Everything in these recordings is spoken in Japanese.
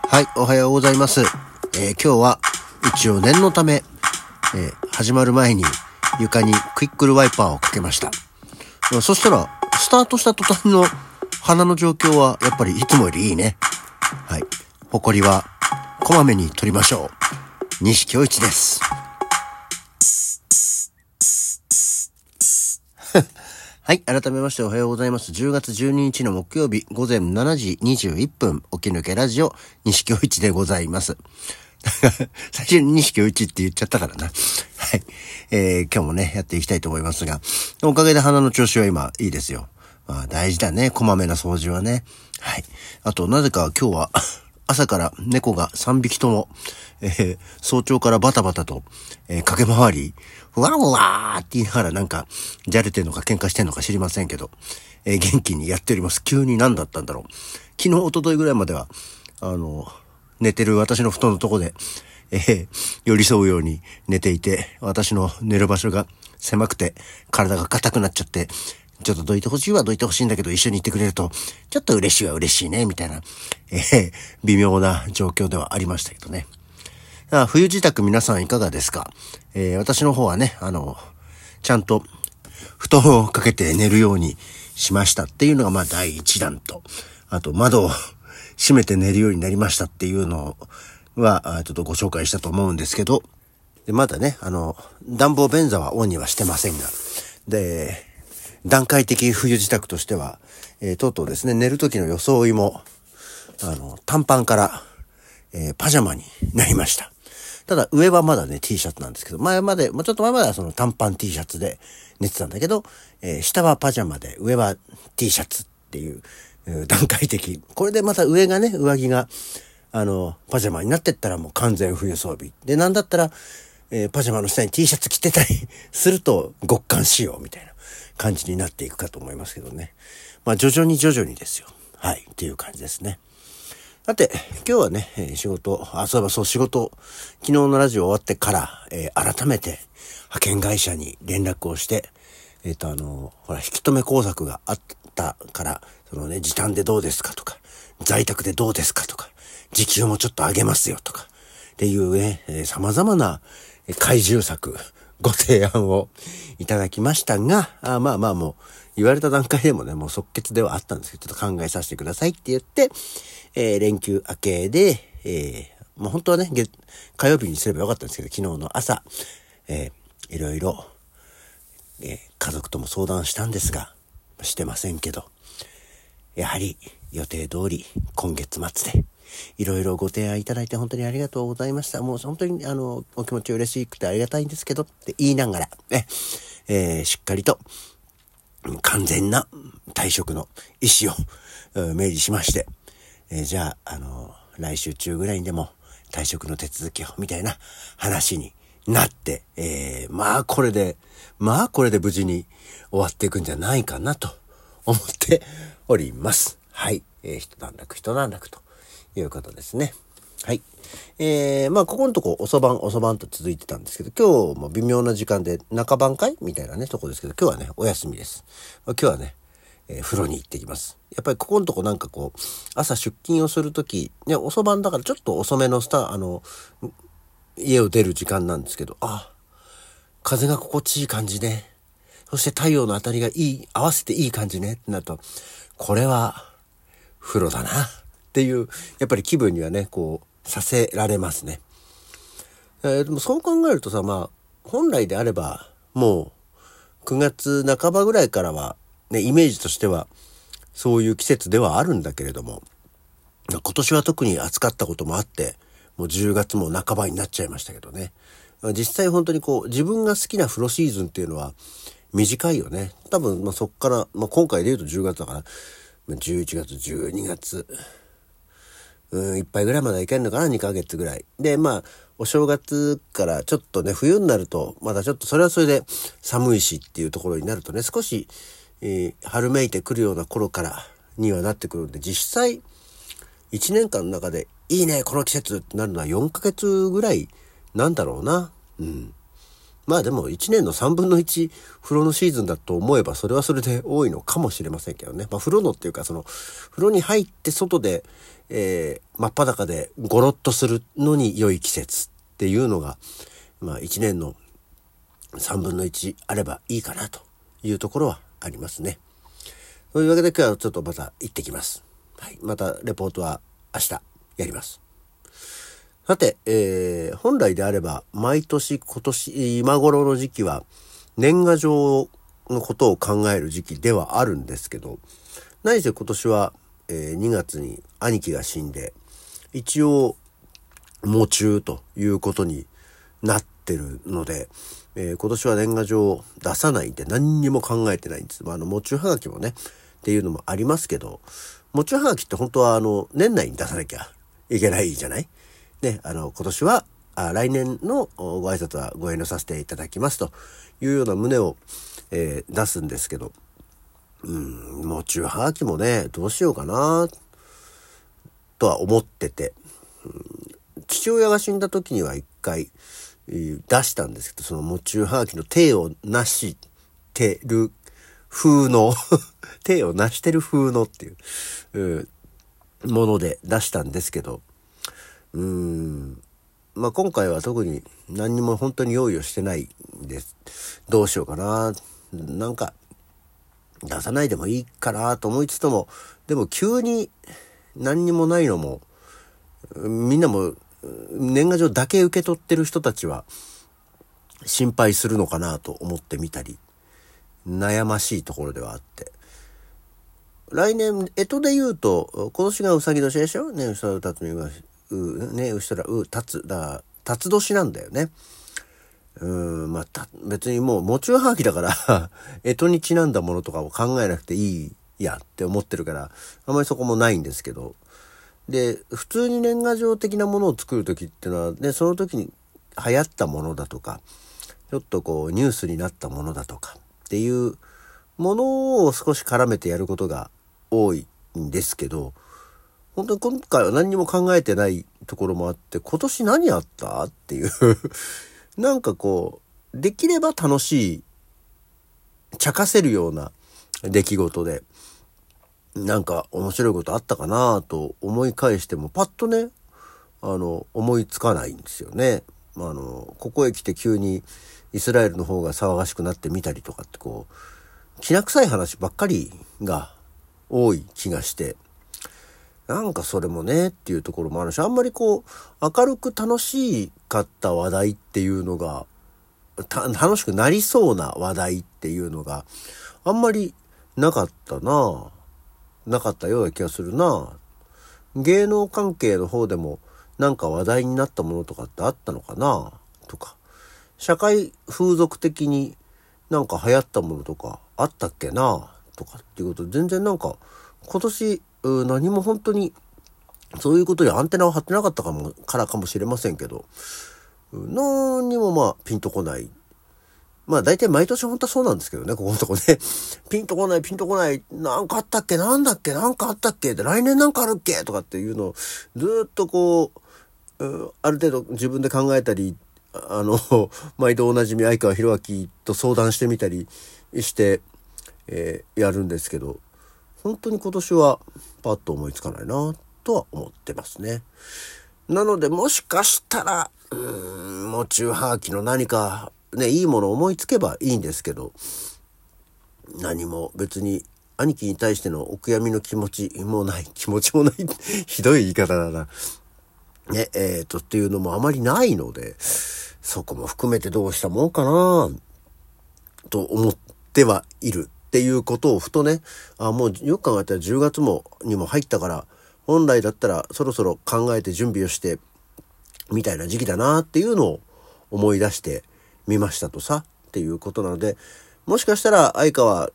はい、おはようございます。今日は一応念のため、始まる前に床にクイックルワイパーをかけました。そしたらスタートした途端の鼻の状況はやっぱりいつもよりいいね。はい、ほこりはこまめに取りましょう。西京一です。はい。改めましておはようございます。10月12日の木曜日午前7時21分、起き抜けラジオ、西京一でございます。最初に西京一って言っちゃったからな。はい。今日もね、やっていきたいと思いますが、おかげで鼻の調子は今いいですよ。まあ大事だね。こまめな掃除はね。はい。あと、なぜか今日は朝から猫が3匹とも、早朝からバタバタと、駆け回り、ふわんわーって言いながらなんか、じゃれてんのか喧嘩してんのか知りませんけど、元気にやっております。急に何だったんだろう。昨日、一昨日ぐらいまでは、寝てる私の布団のとこで、寄り添うように寝ていて、私の寝る場所が狭くて、体が硬くなっちゃって、ちょっとどいてほしいんだけど一緒に行ってくれると、ちょっと嬉しいね、みたいな、微妙な状況ではありましたけどね。冬支度皆さんいかがですか？私の方はね、ちゃんと布団をかけて寝るようにしましたっていうのがまあ第一弾と、あと窓を閉めて寝るようになりましたっていうのは、ちょっとご紹介したと思うんですけど、でまだね、暖房便座はオンにはしてませんが、で、段階的冬支度としては、とうとうですね、寝る時の装いも、短パンから、パジャマになりました。ただ上はまだね T シャツなんですけど、ちょっと前まではその短パン T シャツで寝てたんだけど、下はパジャマで上は T シャツっていう、段階的。これでまた上がね、上着が、パジャマになってったらもう完全冬装備。で、なんだったら、パジャマの下に T シャツ着てたりすると極寒仕様みたいな感じになっていくかと思いますけどね。まあ徐々にですよ。はい、っていう感じですね。さて、今日はね、仕事、昨日のラジオ終わってから、改めて派遣会社に連絡をして、引き止め工作があったから、時短でどうですかとか、在宅でどうですかとか、時給もちょっと上げますよとか、っていうね、様々な改善策、ご提案をいただきましたが、もう言われた段階でもね、もう即決ではあったんですけど、ちょっと考えさせてくださいって言って、連休明けで、本当はね、火曜日にすればよかったんですけど、昨日の朝、いろいろ、家族とも相談したんですが、してませんけど、やはり予定通り今月末で、いろいろご提案いただいて本当にありがとうございました。もう本当にお気持ち嬉しくてありがたいんですけどって言いながらね、しっかりと完全な退職の意思を明示しまして、じゃあ来週中ぐらいにでも退職の手続きをみたいな話になって、これで無事に終わっていくんじゃないかなと思っております。はい、一段落ということですね。はい。ここのとこ遅番と続いてたんですけど、今日も微妙な時間で中番会みたいなね、とこですけど、今日はね、お休みです。今日はね、風呂に行ってきます。やっぱりここのとこなんかこう、朝出勤をするとき、ね、遅番だからちょっと遅めの家を出る時間なんですけど、風が心地いい感じね。そして太陽の当たりが合わせていい感じねってなると、これは風呂だなっていう、やっぱり気分にはね、こう、させられますね。でもそう考えるとさ、本来であれば、もう、9月半ばぐらいからは、ね、イメージとしては、そういう季節ではあるんだけれども、今年は特に暑かったこともあって、もう10月も半ばになっちゃいましたけどね。実際本当にこう、自分が好きな風呂シーズンっていうのは短いよね。多分、そっから、今回で言うと10月だから、11月、12月、いっぱいぐらいまでいけるのかな、2ヶ月ぐらい。で、お正月からちょっとね、冬になると、まだちょっとそれはそれで寒いしっていうところになるとね、少し、春めいてくるような頃からにはなってくるんで、実際、1年間の中で、いいね、この季節ってなるのは4ヶ月ぐらいなんだろうな。 まあでも1年の3分の1風呂のシーズンだと思えばそれはそれで多いのかもしれませんけどね。まあ風呂のっていうか風呂に入って外で、真っ裸でゴロッとするのに良い季節っていうのが、まあ1年の3分の1あればいいかなというところはありますね。というわけで今日はちょっとまた行ってきます。はい。またレポートは明日やります。さて、本来であれば毎年今頃の時期は年賀状のことを考える時期ではあるんですけど、何せ今年は、2月に兄貴が死んで、一応喪中ということになってるので、今年は年賀状を出さないで何にも考えてないんです。喪中はがきもねっていうのもありますけど、喪中はがきって本当は年内に出さなきゃいけないじゃない。ね、今年は来年のご挨拶はご遠慮させていただきますというような旨を、出すんですけど、喪中はがきもねどうしようかなとは思ってて、父親が死んだ時には一回出したんですけど、その喪中はがきの体を成してる風の体を成してる風のっていう、もので出したんですけど、まあ今回は特に何にも本当に用意をしてないんです。どうしようかな、なんか出さないでもいいかなと思いつつも、でも急に何にもないのも、みんなも年賀状だけ受け取ってる人たちは心配するのかなと思ってみたり、悩ましいところではあって、来年干支で言うと今年がうさぎ年でしょね。うさうたつみがね、うしたらたつだ、たつ年なんだよね。まあ別にもう喪中はがきだから干支にちなんだものとかを考えなくていいやって思ってるから、あんまりそこもないんですけど、で普通に年賀状的なものを作る時ってのはね、その時に流行ったものだとか、ちょっとこうニュースになったものだとかっていうものを少し絡めてやることが多いんですけど、本当に今回は何にも考えてないところもあって、今年何あったっていうなんかこうできれば楽しい、茶化せるような出来事で、なんか面白いことあったかなと思い返してもパッとね思いつかないんですよね。ここへ来て急にイスラエルの方が騒がしくなってみたりとかって、こうきな臭い話ばっかりが多い気がして、なんかそれもねっていうところもあるし、あんまりこう明るく楽しかった話題っていうのが、楽しくなりそうな話題っていうのがあんまりなかったような気がするな。芸能関係の方でもなんか話題になったものとかってあったのかなとか、社会風俗的になんか流行ったものとかあったっけなとかっていうことで、全然なんか今年何も本当にそういうことにアンテナを張ってなかったからかもしれませんけど、何にもまあピンとこない。まあ大体毎年本当はそうなんですけどね、ここのとこね。ピンとこない、なんかあったっけ、なんかあったっけ、で来年なんかあるっけとかっていうのをずっとこう、ある程度自分で考えたり、毎度おなじみ相川博明と相談してみたりして、やるんですけど、本当に今年はパッと思いつかないなとは思ってますね。なのでもしかしたら喪中はがきの何かね、いいものを思いつけばいいんですけど、何も別に兄貴に対してのお悔やみの気持ちもないひどい言い方だなね、っていうのもあまりないので、そこも含めてどうしたもんかなと思ってはいるっていうことをふとね、もうよく考えたら10月にも入ったから、本来だったらそろそろ考えて準備をしてみたいな時期だなっていうのを思い出してみましたとさっていうことなので、もしかしたら相川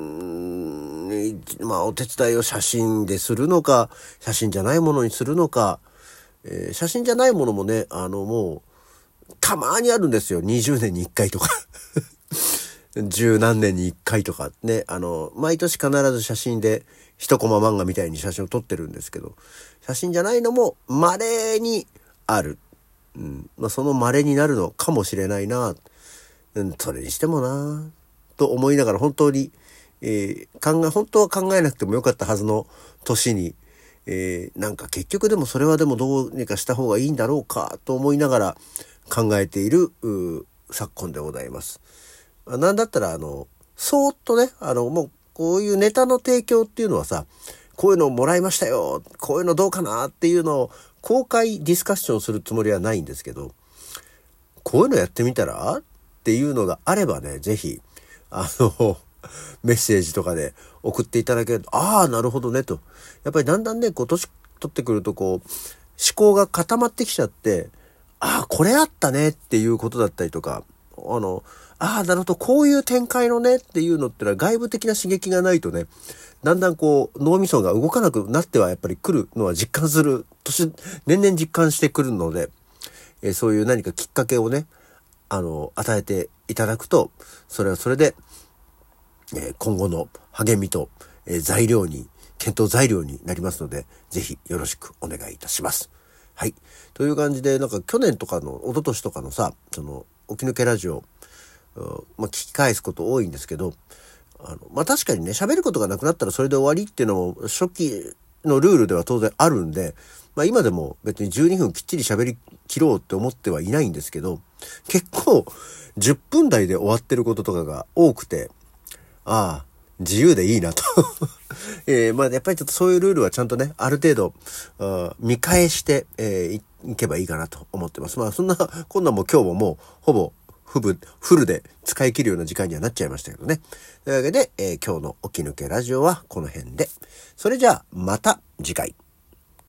まあお手伝いを写真でするのか、写真じゃないものにするのか、写真じゃないものもね、もうたまにあるんですよ。20年に1回とか十何年に1回とかね、毎年必ず写真で一コマ漫画みたいに写真を撮ってるんですけど、写真じゃないのも稀にある。まあ、その稀になるのかもしれないな。 それにしてもなと思いながら本当に、本当は考えなくてもよかったはずの年に、なんか結局でもそれはでもどうにかした方がいいんだろうかと思いながら考えている昨今でございます。なんだったらそーっとね、もうこういうネタの提供っていうのはさ、こういうのをもらいましたよ、こういうのどうかなっていうのを公開ディスカッションするつもりはないんですけど、こういうのやってみたらっていうのがあればね、ぜひメッセージとかで送っていただけると、ああなるほどねと、やっぱりだんだんね年取ってくると思考が固まってきちゃって、ああこれあったねっていうことだったりとか、ああなるほどこういう展開のねっていうのってのは外部的な刺激がないとね、だんだん脳みそが動かなくなってはやっぱり来るのは実感する、年々実感してくるので、そういう何かきっかけをね与えていただくと、それはそれで、今後の励みと、検討材料になりますので、ぜひよろしくお願いいたします。はい。という感じで、なんか去年とかの、一昨年とかのさ、起き抜けラジオ、聞き返すこと多いんですけど、確かにね、喋ることがなくなったらそれで終わりっていうのも初期のルールでは当然あるんで、今でも別に12分きっちり喋り切ろうって思ってはいないんですけど、結構10分台で終わってることとかが多くて、ああ、自由でいいなと。やっぱりちょっとそういうルールはちゃんとね、ある程度、見返して、いけばいいかなと思ってます。そんな、こんなんも今日ももう、ほぼ、フルで使い切るような時間にはなっちゃいましたけどね。というわけで、今日の起き抜けラジオはこの辺で。それじゃあ、また次回。